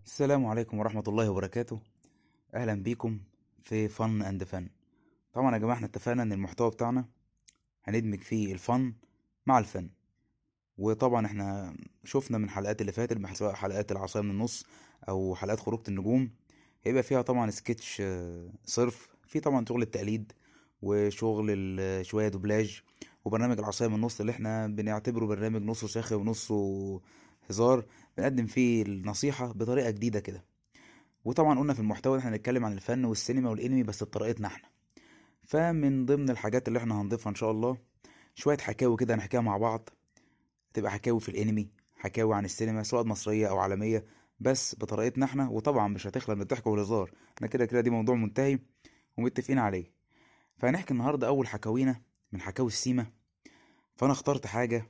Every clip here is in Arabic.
السلام عليكم ورحمة الله وبركاته. أهلا بيكم في فن أند فن. طبعا يا جماعة احنا اتفقنا إن المحتوى بتاعنا هندمج فيه الفن مع الفن. وطبعا احنا شفنا من حلقات اللي فاتت سواء حلقات العصاية من النص أو حلقات خروجة النجوم، هيبقى فيها طبعا سكتش صرف، في طبعا شغل التقليد وشغل شوية دوبلاج، وبرنامج العصاية من النص اللي احنا بنعتبره برنامج نصه شاخي ونصه هزار، بنقدم فيه النصيحة بطريقة جديدة كده. وطبعا قلنا في المحتوى ان احنا هنتكلم عن الفن والسينما والانمي بس بطريقتنا احنا. فمن ضمن الحاجات اللي احنا هنضيفها ان شاء الله شوية حكاوي كده هنحكيها مع بعض، تبقى حكاوي في الانمي، حكاوي عن السينما سواء مصرية او عالمية، بس بطريقتنا احنا. وطبعا مش هتخلى من الضحك والهزار، احنا كده كده دي موضوع منتهي ومتفقين عليه. فهنحكي النهاردة اول حكاوينا من حكاوي السيما. فانا اخترت حاجة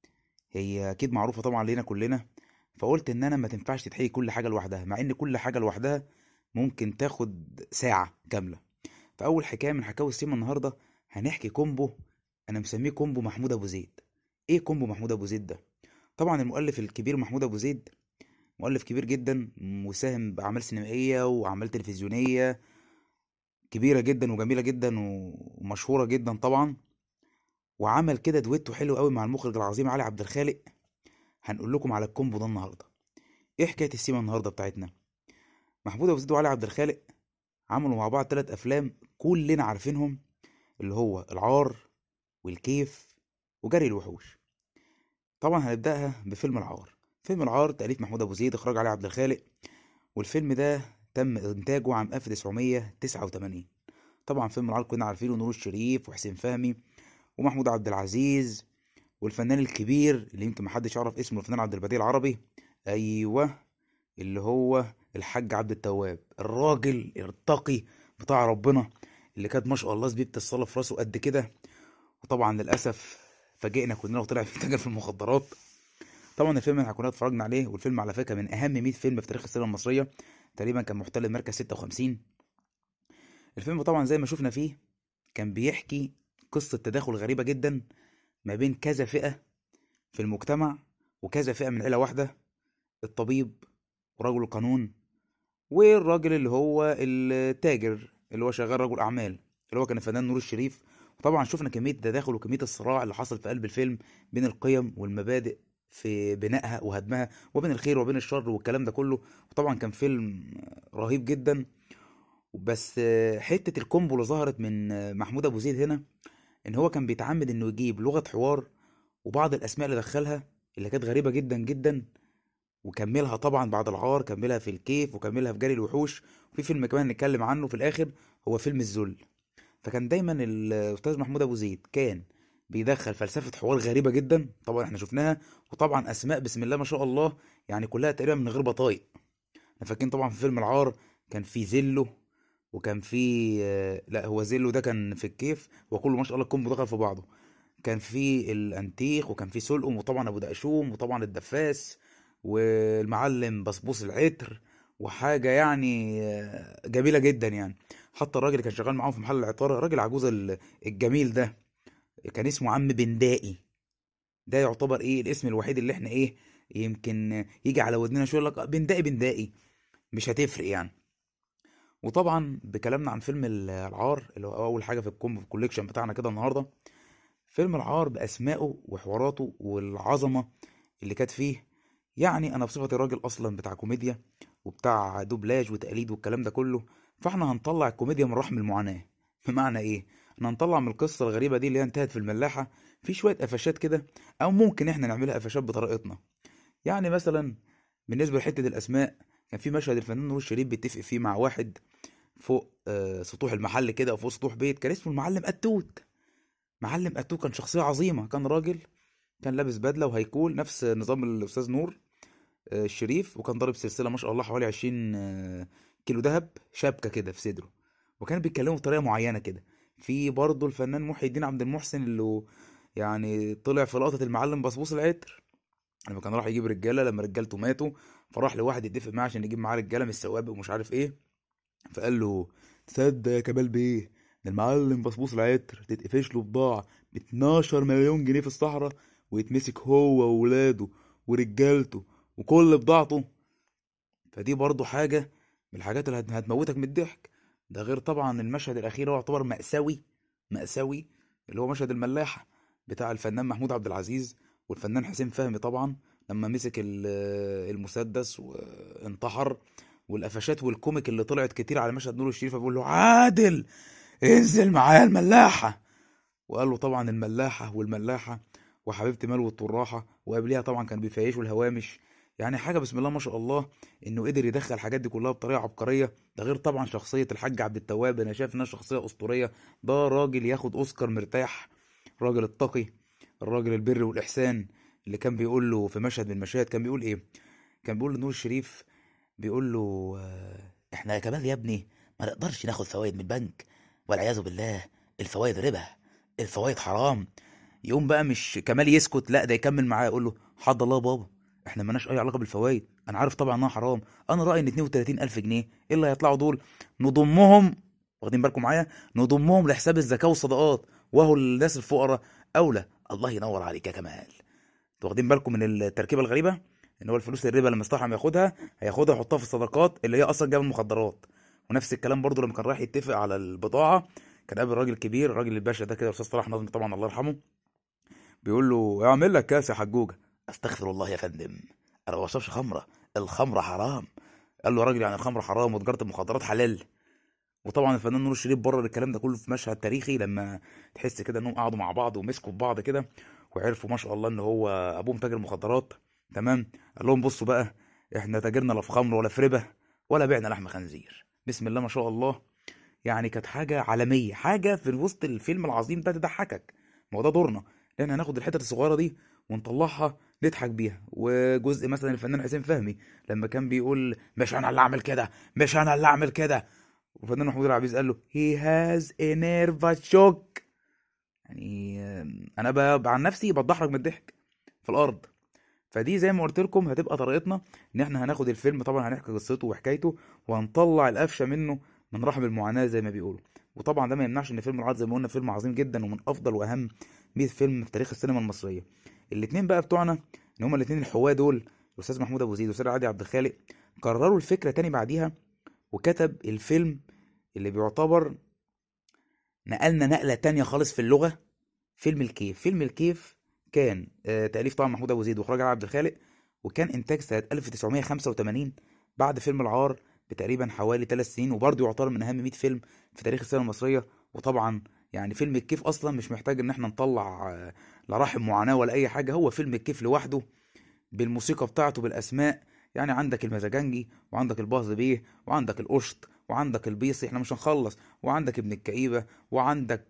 هي اكيد معروفة طبعا لينا كلنا، فقلت ان انا ما تنفعش تتحكي كل حاجة لوحدها، مع ان كل حاجة لوحدها ممكن تاخد ساعة كاملة. فأول حكاية من حكاوي السيما النهاردة هنحكي كومبو، أنا مسميه كومبو محمود أبو زيد. إيه كومبو محمود أبو زيد ده؟ طبعا المؤلف الكبير محمود أبو زيد مؤلف كبير جدا، مساهم بأعمال سينمائية وأعمال تلفزيونية كبيرة جدا وجميلة جدا ومشهورة جدا طبعا. وعمل كده دويتو حلو قوي مع المخرج العظيم علي عبد الخالق. هنقول لكم على الكومبو ده النهارده. ايه حكايه السيما النهارده بتاعتنا؟ محمود ابو زيد وعلي عبد الخالق عملوا مع بعض 3 افلام كلنا عارفينهم، اللي هو العار والكيف وجري الوحوش. طبعا هنبدأها بفيلم العار. فيلم العار تأليف محمود أبو زيد، إخراج علي عبد الخالق، والفيلم ده تم إنتاجه عام 1989. طبعا فيلم العار كنا عارفينه نور الشريف وحسين فهمي ومحمود عبد العزيز والفنان الكبير اللي يمكن محدش يعرف اسمه، الفنان عبد البديع العربي. أيوه، اللي هو الحاج عبد التواب، الراجل التقي بتاع ربنا اللي كانت ما شاء الله زبيبة الصلاة في راسه قد كده. وطبعا للأسف فاجئنا كلنا وطلع بيتاجر في المخدرات. طبعا الفيلم اللي كنا اتفرجنا عليه، والفيلم على فكرة من أهم 100 فيلم في تاريخ السينما المصرية، تقريبا كان محتل المركز 56. الفيلم طبعا زي ما شفنا فيه كان بيحكي قصة تداخل غريبة جدا ما بين كذا فئة في المجتمع وكذا فئة من عيلة واحدة: الطبيب ورجل القانون والراجل اللي هو التاجر اللي هو شغال رجل أعمال اللي هو كان الفنان نور الشريف. وطبعا شفنا كمية التداخل وكمية الصراع اللي حصل في قلب الفيلم بين القيم والمبادئ في بنائها وهدمها، وبين الخير وبين الشر والكلام ده كله. وطبعا كان فيلم رهيب جدا. بس حتة الكومبو اللي ظهرت من محمود أبو زيد هنا، إن هو كان بيتعمد إنه يجيب لغة حوار وبعض الأسماء اللي دخلها اللي كانت غريبة جدا جدا، وكملها طبعا بعد العار، كملها في الكيف وكملها في جري الوحوش. وفي فيلم كمان نتكلم عنه في الاخر هو فيلم الذل. فكان دايما الاستاذ محمود ابو زيد كان بيدخل فلسفة حوار غريبة جدا طبعا احنا شفناها، وطبعا اسماء بسم الله ما شاء الله يعني كلها تقريبا من غير بطايق. احنا فاكرين طبعا في فيلم العار كان في زيلو، وكان في لا هو زيلو ده كان في الكيف، وكله ما شاء الله كله دخل في بعضه. كان في الانتيخ وكان في سلقم وطبعا ابو دقشوم وطبعا الدفاس والمعلم بسبوس العطر، وحاجه يعني جميله جدا يعني. حتى الراجل اللي كان شغال معاهم في محل العطاره، الراجل العجوز الجميل ده، كان اسمه عم بندائي. ده يعتبر ايه الاسم الوحيد اللي احنا ايه يمكن يجي على ودننا شويه، يقول لك بندائي بندائي، مش هتفرق يعني. وطبعا بكلامنا عن فيلم العار اللي هو اول حاجه في الكومبو في الكوليكشن بتاعنا كده النهارده، فيلم العار بأسمائه وحواراته والعظمة اللي كانت فيه. يعني أنا بصفتي راجل أصلا بتاع كوميديا وبتاع دوبلاج وتقليد والكلام ده كله، فاحنا هنطلع الكوميديا من رحم المعاناة. بمعنى إيه؟ احنا هنطلع من القصة الغريبة دي اللي هي انتهت في الملاحة في شوية قفشات كده، أو ممكن احنا نعملها قفشات بطريقتنا. يعني مثلا بالنسبة لحتة الأسماء، كان في مشهد الفنان نور الشريف بيتفق فيه مع واحد فوق سطوح المحل كده أو فوق سطوح بيت، كان اسمه المعلم قتوت. معلم اتو كان شخصية عظيمة، كان راجل كان لابس بدلة وهيكول نفس نظام الأستاذ نور الشريف، وكان ضارب سلسلة ما شاء الله حوالي 20 كيلو دهب شبكة كده في صدره، وكان بيتكلموا بطريقة معينة كده. في برضه الفنان محي الدين عبد المحسن اللي هو يعني طلع في لقطة المعلم بصبوص العطر، لما كان راح يجيب رجالة لما رجالته ماتوا، فراح لواحد يتفق معاه عشان يجيب معاه رجالة من السوابق ومش عارف ايه. فقال له: تصدق يا كمال بيه، ده المعلم بصبوص العطر تتقفش له بضاعة ب 12 مليون جنيه في الصحراء، ويتمسك هو وولاده ورجالته وكل بضاعته. فدي برضو حاجة من الحاجات اللي هتموتك من الضحك. ده غير طبعا المشهد الأخير هو يعتبر مأساوي، مأساوي، اللي هو مشهد الملاحة بتاع الفنان محمود عبد العزيز والفنان حسين فهمي طبعا، لما مسك المسدس وانتحر، والقفشات والكوميك اللي طلعت كتير على مشهد نور الشريف، بيقول له عادل انزل معايا الملاحة، وقال له طبعا الملاحة والملاحة وحبيبتي ملو الطراحة، وقبليها طبعا كان بيفيشوا الهوامش. يعني حاجة بسم الله ما شاء الله، انه قدر يدخل الحاجات دي كلها بطريقة عبقرية. ده غير طبعا شخصية الحاج عبد التواب، انا شايف انها شخصية اسطورية. ده راجل ياخد اوسكار مرتاح، الراجل التقي، الراجل البر والاحسان، اللي كان بيقول له في مشهد من المشاهد، كان بيقول ايه؟ كان بيقول لنور الشريف، بيقول له احنا كمان يا ابني ما نقدرش ناخد فوائد من البنك، والعياذ بالله الفوائد ربا، الفوائد حرام. يقوم بقى مش كمال يسكت، لا ده يكمل معاه يقول له حد الله يا بابا، احنا مالناش اي علاقه بالفوائد، انا عارف طبعا انها حرام، انا رايي ان 32,000 جنيه ايه اللي هيطلعوا دول نضمهم، واخدين بالكم معايا، نضمهم لحساب الزكاه والصدقات، وهو الناس الفقراء اولى. الله ينور عليك يا كمال. انتوا واخدين بالكم من التركيبه الغريبه؟ ان هو الفلوس الربا لما استحرم ياخدها، هياخدها يحطها في الصدقات اللي هي اصلا جايه من المخدرات. ونفس الكلام برضو لما كان رايح يتفق على البضاعه، كان قابل راجل كبير، الراجل الباشا ده كده، الاستاذ صلاح نظمي طبعا الله يرحمه، بيقول له اعمل لك كاس يا حجوجه. استغفر الله يا فندم، انا ما بشربش خمره، الخمره حرام. قال له يا راجل يعني الخمره حرام وتجاره المخدرات حلال؟ وطبعا الفنان نور الشريف برر الكلام ده كله في مشهد تاريخي، لما تحس كده انهم قعدوا مع بعض ومسكوا في بعض كده، وعرفوا ما شاء الله ان هو ابوهم تاجر مخدرات. تمام. قال لهم بصوا بقى، احنا تاجرنا لا في خمر ولا في ربا ولا بعنا لحم خنزير، بسم الله ما شاء الله. يعني كانت حاجه عالميه، حاجه في وسط الفيلم العظيم ده تضحكك. ما هو ده دورنا، لان هناخد الحتت الصغيره دي ونطلعها نضحك بيها. وجزء مثلا الفنان حسين فهمي لما كان بيقول مش انا اللي اعمل كده، مش انا اللي اعمل كده، وفنان محمود العبيد قال له he has a nervous shock. يعني انا عن نفسي بتدحرج من الضحك في الارض. فدي زي ما قلت لكم هتبقى طريقتنا، ان احنا هناخد الفيلم طبعا، هنحكي قصته وحكايته، وهنطلع القفشه منه من رحم المعاناه زي ما بيقولوا. وطبعا ده ما يمنعش ان فيلم العرض زي ما قلنا فيلم عظيم جدا، ومن افضل واهم 100 فيلم في تاريخ السينما المصريه. الاتنين بقى بتوعنا، ان هما الاتنين الحواه دول، الاستاذ محمود ابو زيد والاستاذ عادل عبد الخالق، كرروا الفكره تاني بعديها، وكتب الفيلم اللي بيعتبر نقلنا نقلة تانية خالص في اللغة، فيلم الكيف. فيلم الكيف كان تأليف طبعا محمود أبو زيد وإخراج علي عبد الخالق، وكان إنتاج سنة 1985 بعد فيلم العار بتقريبا حوالي 3 سنين، وبرضه يعتبر من أهم 100 فيلم في تاريخ السينما المصرية. وطبعا يعني فيلم الكيف أصلا مش محتاج إن احنا نطلع لا رحم معاناة ولا أي حاجة، هو فيلم الكيف لوحده بالموسيقى بتاعته بالاسماء. يعني عندك المزاجنجي، وعندك البهز بيه، وعندك القشط، وعندك البيصي، احنا مش هنخلص، وعندك ابن الكئيبة، وعندك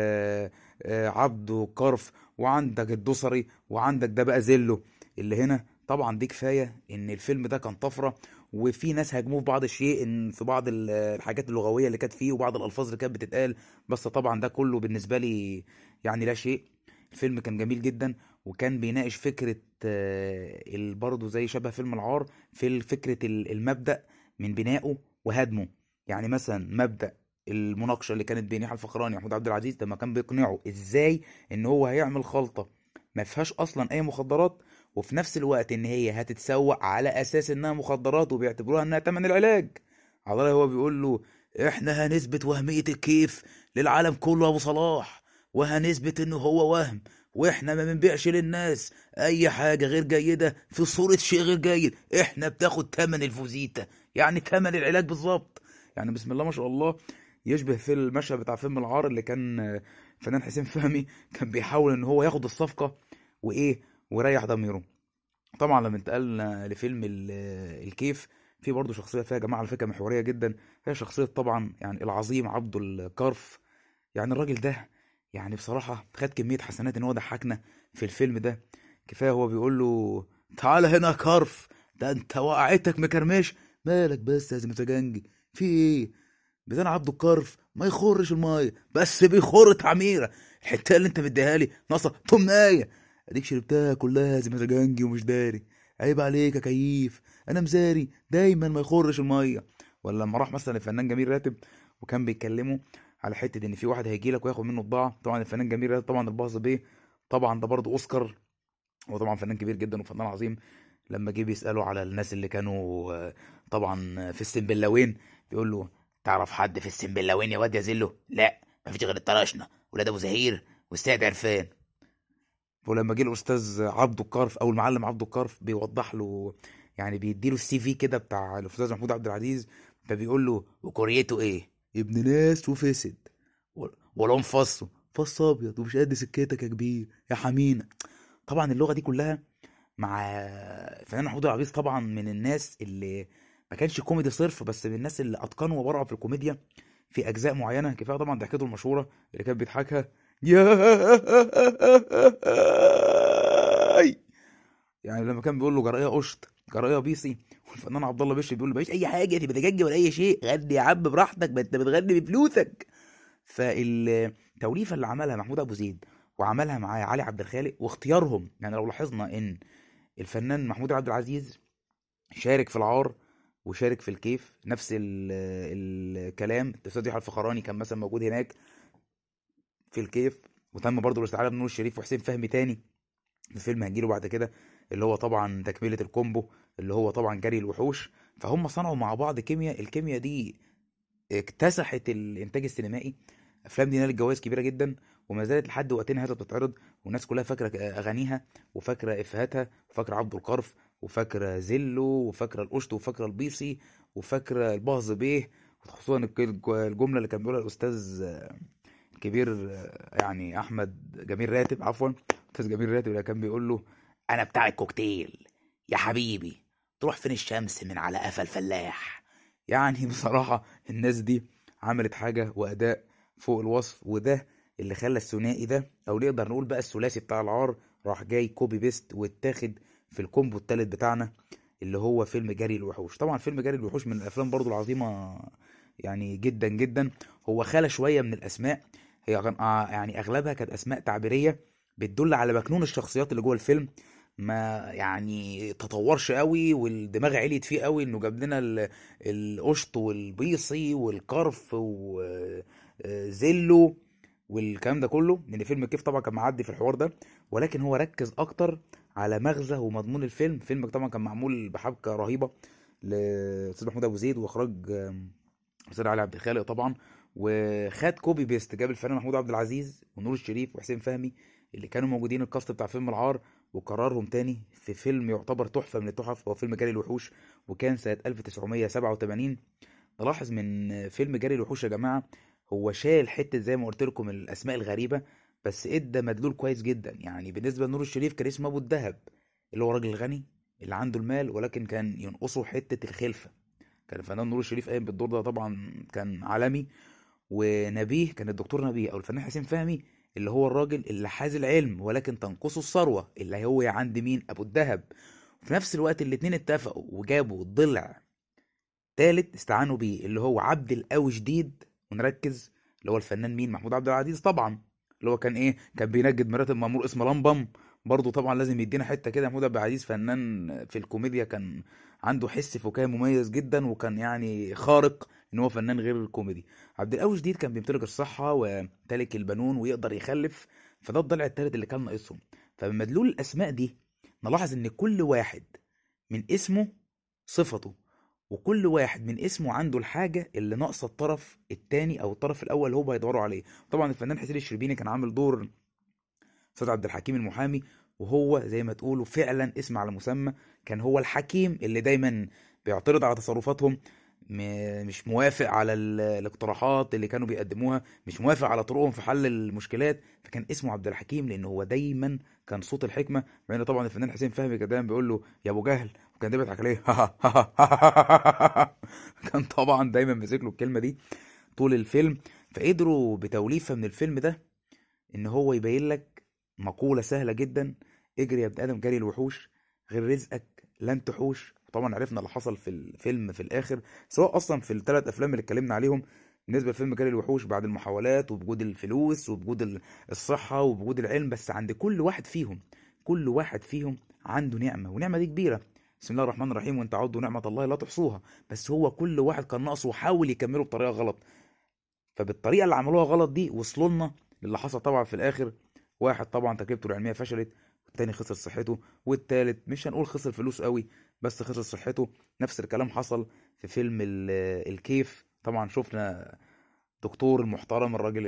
عبده كرف، وعندك الدوسري، وعندك ده بقى زيلو اللي هنا. طبعا دي كفاية ان الفيلم ده كان طفرة. وفي ناس هاجموه في بعض الشيء، ان في بعض الحاجات اللغوية اللي كانت فيه وبعض الالفاظ اللي كانت بتتقال، بس طبعا ده كله بالنسبة لي يعني لا شيء. الفيلم كان جميل جدا، وكان بيناقش فكرة برضه زي شبه فيلم العار في فكرة المبدأ من بنائه وهدمه. يعني مثلا مبدأ المناقشة اللي كانت بين يحيى الفخراني ومحمود عبد العزيز لما كان بيقنعه ازاي ان هو هيعمل خلطة ما فيهاش اصلا اي مخدرات، وفي نفس الوقت ان هي هتتسوق على اساس انها مخدرات وبيعتبروها انها تمن العلاج. عضلة هو بيقول له احنا هنثبت وهمية الكيف للعالم كله يا ابو صلاح، وهنثبت انه هو وهم، واحنا ما بنبيعش للناس اي حاجة غير جيدة في صورة شيء غير جيد، احنا بتاخد تمن الفوزيتا، يعني تمن العلاج بالظبط. يعني بسم الله ما شاء الله، يشبه في المشهد بتاع فيلم العار اللي كان فنان حسين فهمي كان بيحاول ان هو ياخد الصفقة وايه ويريح ضميره. طبعا لما انتقلنا لفيلم الكيف، في برضه شخصية فيها يا جماعة على فكرة محورية جدا، هي شخصية طبعا يعني العظيم عبده الكرف. يعني الراجل ده يعني بصراحة خد كمية حسنات ان هو ضحكنا في الفيلم ده. كفاية هو بيقول له تعالى هنا يا كرف، ده انت وقعتك مكرمش، مالك بس يا زمزجنجي في ايه؟ بتاع عبده الكرف ما يخرش المايه بس بيخر تعميره، الحته اللي انت مديها لي ناقصه تمنايه، اديك شربتها كلها زي مزاجنجي ومش داري، عيب عليك يا كيف، انا مزاري دايما ما يخرش المايه. ولا لما راح مثلا الفنان جميل راتب وكان بيتكلموا على حته ان في واحد هيجي لك وياخد منه بضاعه، طبعا الفنان جميل راتب طبعا الباظ بيه، طبعا ده برضه اوسكار، هو طبعا فنان كبير جدا وفنان عظيم. لما جه بيسألوا على الناس اللي كانوا طبعا في السنبلاوين بيقول له: تعرف حد في السنبلاوين يا واد يا زلو؟ لا، مفيش غير الطراشنه ولاد ابو زهير والسيد عرفان. ولما جه الاستاذ عبده الكرف او المعلم عبده الكرف بيوضح له، يعني بيديله السي في كده بتاع الاستاذ محمود عبد العزيز، فبيقول له: وكوريته ايه؟ ابن ناس وفاسد، ولون فص ابيض ومش قد سكتك يا كبير يا حمينه. طبعا اللغه دي كلها مع الفنان محمود العبيد، طبعا من الناس اللي ما كانش كوميدي صرف، بس من الناس اللي اتقنوا وبرعوا في الكوميديا في اجزاء معينه. كفايه طبعا ضحكته المشهوره اللي كان بيضحكها: يا يعني لما كان بيقول له: جرأيه قشط، جرأيه بيسي. والفنان عبد الله باشا بيقول له: مفيش اي حاجه تبقى تجنج ولا اي شيء، غني يا عم براحتك، ما انت بتغني بفلوسك. فالتوليفه اللي عملها محمود ابو زيد وعملها معاه علي عبد الخالق واختيارهم، يعني لو لاحظنا ان الفنان محمود عبد العزيز شارك في العار وشارك في الكيف، نفس الكلام. الاستاذ يحيى الفخراني كان مثلا موجود هناك في الكيف، وتم برضه الاستعانه بنور الشريف وحسين فهمي تاني في فيلم هنجيله بعد كده، اللي هو طبعا تكمله الكومبو، اللي هو طبعا جري الوحوش. فهم صنعوا مع بعض كيمياء، الكيمياء دي اكتسحت الانتاج السينمائي. افلام دي نالت جوائز كبيره جدا، وما زالت لحد وقتنا هذا بتتعرض، والناس كلها فاكره اغانيها وفاكره افيهاتها وفاكره عبد القرف وفاكره زيلو وفاكره القشط وفاكره البيصي وفاكره البهز بيه. وخصوصا الجمله اللي كان بيقولها الاستاذ الكبير، يعني احمد جميل راتب، عفوا استاذ جميل راتب، اللي كان بيقول له: انا بتاع الكوكتيل يا حبيبي، تروح فين الشمس من على قفا الفلاح. يعني بصراحة الناس دي عملت حاجة وأداء فوق الوصف، وده اللي خلى الثنائي ده، أو نقدر نقول بقى الثلاثي بتاع العار، راح جاي كوبي بيست واتاخد في الكومبو التالت بتاعنا، اللي هو فيلم جري الوحوش. طبعا فيلم جري الوحوش من الأفلام برضو العظيمة يعني جدا جدا. هو خلى شوية من الأسماء، هي يعني أغلبها كانت أسماء تعبيرية بتدل على مكنون الشخصيات اللي جوه الفيلم، ما يعني تطورش قوي والدماغ عليت فيه قوي انه جاب لنا القشط والبيصي والكرف وزيلو والكلام ده كله، لان فيلم كيف طبعا كان معدي في الحوار ده. ولكن هو ركز اكتر على مغزى ومضمون الفيلم. فيلم طبعا كان معمول بحبكه رهيبه لاستاذ محمود ابو زيد، واخراج استاذ علي عبد الخالق طبعا. وخد كوبي بيست، جاب الفنان محمود عبد العزيز ونور الشريف وحسين فهمي اللي كانوا موجودين الكاست بتاع فيلم العار، وكررهم تاني في فيلم يعتبر تحفة من التحف، هو فيلم جري الوحوش، وكان سنة 1987. نلاحظ من فيلم جري الوحوش يا جماعة، هو شال حتة زي ما قلت لكم الأسماء الغريبة، بس ادى مدلول كويس جدا. يعني بالنسبة لنور الشريف كان اسمه أبو الدهب، اللي هو راجل غني اللي عنده المال، ولكن كان ينقصه حتة الخلفة. كان الفنان نور الشريف قايم بالدور ده طبعا، كان عالمي. ونبيه كان الدكتور نبيه او الفنان حسين فهمي، اللي هو الراجل اللي حاز العلم ولكن تنقصه الثروه، اللي هو عند مين؟ ابو الدهب. وفي نفس الوقت الاتنين اتفقوا وجابوا ضلع تالت استعانوا بيه، اللي هو عبد القوي جديد. ونركز، اللي هو الفنان مين؟ محمود عبد العزيز طبعا، اللي هو كان ايه؟ كان بينجد مرات المأمور اسمه لمبم. برضه طبعا لازم يدينا حته كده. محمود عبد العزيز فنان في الكوميديا، كان عنده حس فكاهي مميز جدا، وكان يعني خارق ان هو فنان غير الكوميدي. عبد القوي جديد كان بيمتلك الصحه ويمتلك البنون ويقدر يخلف، فده الضلع التالت اللي كان ناقصهم. فبمدلول الاسماء دي نلاحظ ان كل واحد من اسمه صفته، وكل واحد من اسمه عنده الحاجة اللي ناقصة الطرف التاني أو الطرف الأول اللي هو هيدوروا عليه. طبعا الفنان حسين الشربيني كان عامل دور أستاذ عبد الحكيم المحامي، وهو زي ما تقولوا فعلا اسم على مسمى، كان هو الحكيم اللي دايما بيعترض على تصرفاتهم، مش موافق على الاقتراحات اللي كانوا بيقدموها، مش موافق على طرقهم في حل المشكلات. فكان اسمه عبد الحكيم لأنه هو دايما كان صوت الحكمة. مع ان طبعا الفنان حسين فهمي كان دايما بيقول له: يا ابو جهل، وكان دايما بيضحك عليه. كان طبعا دايما ماسك له الكلمة دي طول الفيلم. فقدروا بتوليفة من الفيلم ده ان هو يبين لك مقولة سهلة جدا: اجري يا ابن ادم جري الوحوش، غير رزقك لن تحوش. طبعا عرفنا اللي حصل في الفيلم في الاخر، سواء اصلا في الثلاث افلام اللي اتكلمنا عليهم. بالنسبة لفيلم جري الوحوش، بعد المحاولات وبجود الفلوس وبجود الصحة وبجود العلم، بس عند كل واحد فيهم، كل واحد فيهم عنده نعمة، ونعمة دي كبيرة. بسم الله الرحمن الرحيم: وان تعدوا نعمة الله لا تحصوها. بس هو كل واحد كان ناقصه وحاول يكمله بطريقة غلط، فبالطريقه اللي عملوها غلط دي وصلوا لنا للي حصل طبعا في الاخر. واحد طبعا تجربته العلميه فشلت، والتاني خسر صحته، والتالت مش هنقول خسر فلوس قوي، بس خسر صحته. نفس الكلام حصل في فيلم الكيف. طبعا شفنا دكتور المحترم، الراجل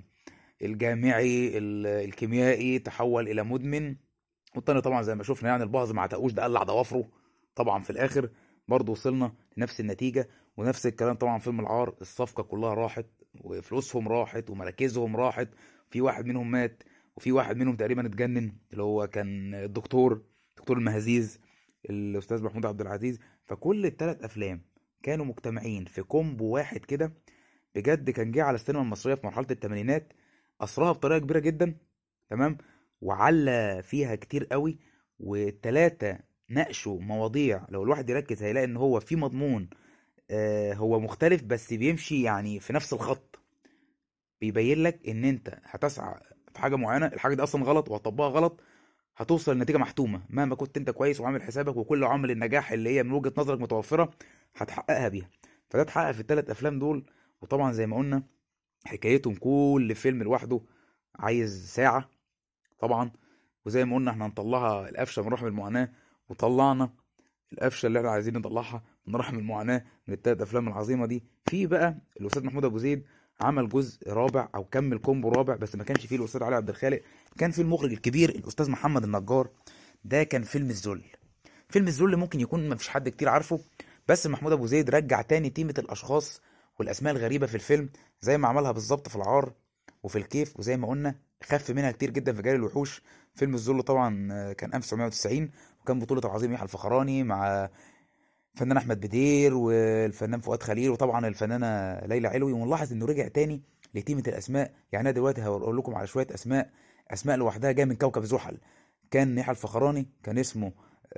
الجامعي الكيميائي تحول الى مدمن. والتاني طبعا زي ما شفنا يعني البعض ما عتقوش، ده قلع ضوافره. طبعا في الاخر برضه وصلنا لنفس النتيجه. ونفس الكلام طبعا فيلم العار، الصفقه كلها راحت وفلوسهم راحت ومراكزهم راحت. في واحد منهم مات، وفي واحد منهم تقريبا اتجنن، اللي هو كان الدكتور، دكتور المهازيز، الاستاذ محمود عبد العزيز. فكل الثلاث افلام كانوا مجتمعين في كومبو واحد كده. بجد كان جه على السينما المصريه في مرحله الثمانينات، اثرها بطريقه كبيره جدا. تمام. وعلى فيها كتير قوي. والتلاتة ناقشوا مواضيع لو الواحد يركز هيلاقي ان هو في مضمون هو مختلف بس بيمشي يعني في نفس الخط. بيبين لك ان انت هتسعى في حاجة معينة، الحاجة دي اصلا غلط وهتطبقها غلط، هتوصل لنتيجة محتومة مهما كنت انت كويس وعامل حسابك، وكل عوامل النجاح اللي هي من وجهة نظرك متوفرة هتحققها بيها. فده اتحقق في الثلاث افلام دول. وطبعا زي ما قلنا حكايتهم كل فيلم لوحده عايز ساعة طبعا. وزي ما قلنا احنا هنطلعها القفشه من رحم المعاناه، وطلعنا القفشه اللي احنا عايزين نطلعها من رحم المعاناه من التلات افلام العظيمه دي. في بقى الاستاذ محمود ابو زيد عمل جزء رابع او كمل كومبو رابع، بس ما كانش فيه الاستاذ علي عبد الخالق، كان فيه المخرج الكبير الاستاذ محمد النجار. ده كان فيلم الذل. فيلم الذل ممكن يكون ما فيش حد كتير عارفه، بس محمود ابو زيد رجع تاني تيمة الاشخاص والاسماء الغريبه في الفيلم، زي ما عملها بالظبط في العار وفي الكيف. وزي ما قلنا خف منها كتير جدا في جري الوحوش. فيلم الذل طبعا كان 1990، وكان بطولة العظيم يحيى الفخراني مع الفنان احمد بدير والفنان فؤاد خليل وطبعا الفنانه ليلى علوي. ونلاحظ انه رجع تاني لتيمة الاسماء. يعني انا دلوقتي هقول لكم على شويه اسماء لوحدها جايه من كوكب زحل. كان يحيى الفخراني كان اسمه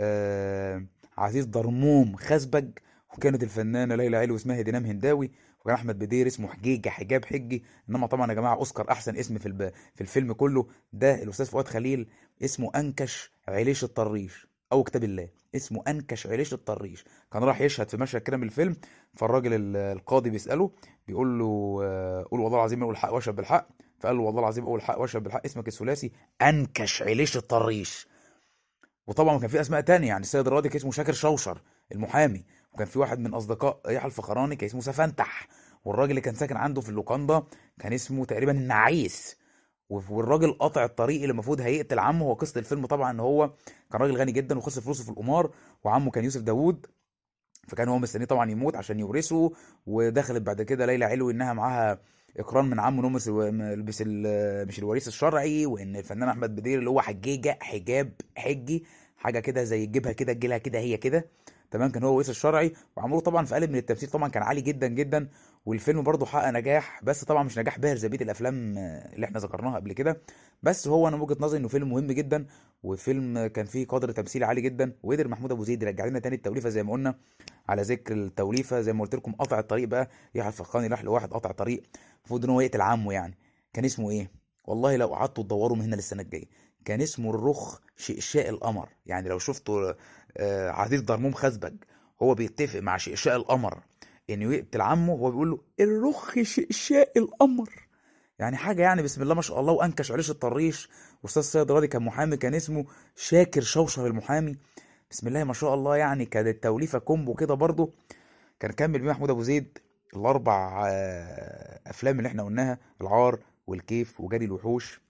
عزيز ضرموم خزبج، وكانت الفنانه ليلى علوي اسمها دينام هنداوي، وكان احمد بدير اسمه حجيجه حجاب حجي. انما طبعا يا جماعه اوسكار احسن اسم في الفيلم كله ده الاستاذ فؤاد خليل، اسمه انكش عليش الطريش او كتاب الله، اسمه انكش عليش الطريش. كان راح يشهد في مشهد كده من الفيلم، فالراجل القاضي بيساله، بيقول له قول والله العظيم اقول الحق واشهد بالحق. فقال له والله العظيم اقول الحق واشهد بالحق، اسمك الثلاثي انكش عليش الطريش. وطبعا كان في اسماء تانية، يعني السيد الراضي كان اسمه شاكر شوشر المحامي، وكان في واحد من اصدقاء يحيى الفخراني كان اسمه سفنتح، والراجل اللي كان ساكن عنده في اللوكاندا كان اسمه تقريبا النعيس. والراجل قاطع الطريق اللي المفروض هيقتل عمه. هو قصه الفيلم طبعا ان هو كان راجل غني جدا وخسر فلوسه في القمار، وعمه كان يوسف داوود، فكان هو مستنيه طبعا يموت عشان يورثه. ودخلت بعد كده ليلى علوي انها معاها اقرار من عمه انه مش الوريث الشرعي، وان الفنان احمد بدير اللي هو حجيجه حجاب حجي حاجه كده زي تجيبها كده تجيلها كده هي كده. تمام. كان هو الوريث الشرعي، وعملوه طبعا في قالب من التمثيل طبعا كان عالي جدا جدا. والفيلم برضه حقق نجاح، بس طبعا مش نجاح باهر زي بقيه الافلام اللي احنا ذكرناها قبل كده. بس هو انا من وجهه نظري انه فيلم مهم جدا، وفيلم كان فيه قدر تمثيلي عالي جدا. وقدر محمود ابو زيد يرجع لنا تاني التوليفه زي ما قلنا. على ذكر التوليفه زي ما قلت لكم، قطع الطريق بقى، يحيى الفخراني راح لواحد قطع طريق المفروض ان هو يقتل عمه يعني. كان اسمه ايه؟ والله لو قعدتوا تدوروا من هنا للسنه الجايه كان اسمه الرخ شقشاق القمر. يعني لو شفتوا عزيز ضرموم خزبج هو بيتفق مع شقشاق القمر انه يقتل عمه، هو بيقول له الرخ شقشاق القمر. يعني حاجه يعني بسم الله ما شاء الله. وانكش عليش الطريش. واستاذ سيد راضي كان محامي كان اسمه شاكر شوشر المحامي. بسم الله ما شاء الله. يعني كانت التوليفه كومبو كده برضه. كان كمل بيه محمود ابو زيد الاربع افلام اللي احنا قلناها، العار والكيف وجري الوحوش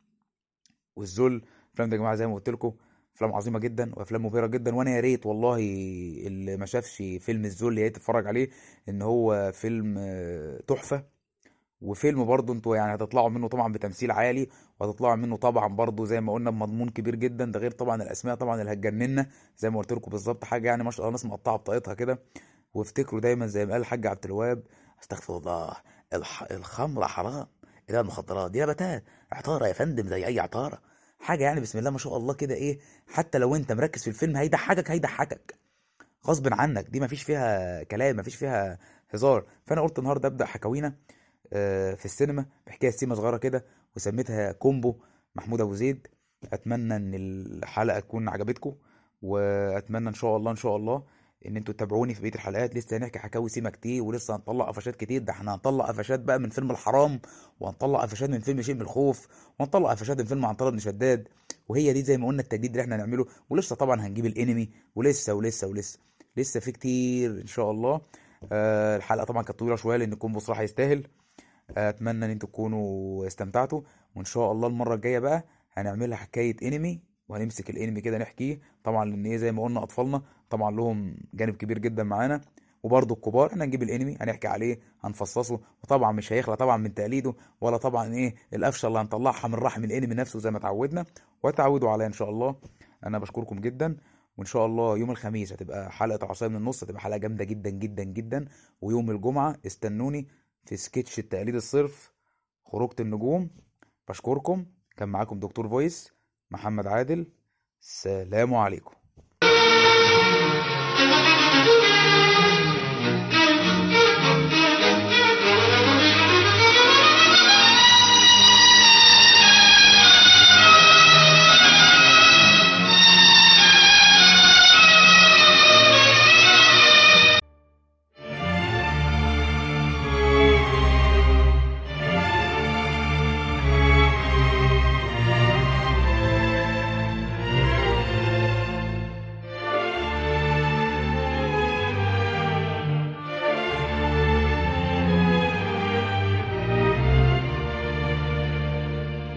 والذل. الافلام دي يا جماعه زي ما قلت لكم افلام عظيمه جدا وافلام مبهره جدا. وانا يا ريت والله اللي ما شافش فيلم الذل يا ريت تتفرج عليه، ان هو فيلم تحفه. وفيلم برضه انتوا يعني هتطلعوا منه طبعا بتمثيل عالي، وهتطلعوا منه طبعا برضه زي ما قلنا بمضمون كبير جدا. ده غير طبعا الاسماء طبعا اللي هتجننا زي ما قلت لكم بالظبط. حاجه يعني ما شاء الله ناس مقطعه بطاقتها كده. وافتكروا دايما زي ما قال الحاج عبد الوهاب، استغفر الله، الخمره حرام، إلى المخدرات دي نباتات، عطاره يا فندم زي اي عطاره. حاجه يعني بسم الله ما شاء الله كده ايه. حتى لو انت مركز في الفيلم هيضحكك غصب عنك. دي مفيش فيها كلام، مفيش فيها هزار. فانا قلت النهارده ابدا حكاوينا في السينما بحكايه سيما صغيره كده، وسميتها كومبو محمود ابو زيد. اتمنى ان الحلقه تكون عجبتكم، واتمنى ان شاء الله ان انتوا تتابعوني في بقيه الحلقات. لسه هنحكي حكاوي سيما كتير، ولسه هنطلع قفشات كتير. ده احنا هنطلع قفشات بقى من فيلم الحرام، وهنطلع قفشات من فيلم شيء من الخوف، وهنطلع قفشات من فيلم عنترة بن شداد، وهي دي زي ما قلنا التجديد اللي احنا هنعمله. ولسه طبعا هنجيب الانمي، ولسه ولسه ولسه لسه في كتير ان شاء الله. الحلقه طبعا كانت طويله شويه لان الكون بصراحه يستاهل. اتمنى ان انتوا تكونوا استمتعتوا، وان شاء الله المره الجايه بقى هنعملها حكايه انمي، وهنمسك الانمي كده نحكيه طبعا، لان ايه زي ما قلنا اطفالنا طبعا لهم جانب كبير جدا معانا، وبرضه الكبار احنا هنجيب الانمي هنحكي عليه هنفصصه، وطبعا مش هيخلى طبعا من تقليده، ولا طبعا ايه القفشه اللي هنطلعها من رحم الانمي نفسه زي ما اتعودنا، وتعودوا عليا ان شاء الله. انا بشكركم جدا، وان شاء الله يوم الخميس هتبقى حلقه عصايه من النص، هتبقى حلقه جامده جدا جدا جدا. ويوم الجمعه استنوني في سكتش التقليد الصرف، خروجة النجوم. بشكركم، كان معاكم دكتور فويس محمد عادل. سلام عليكم.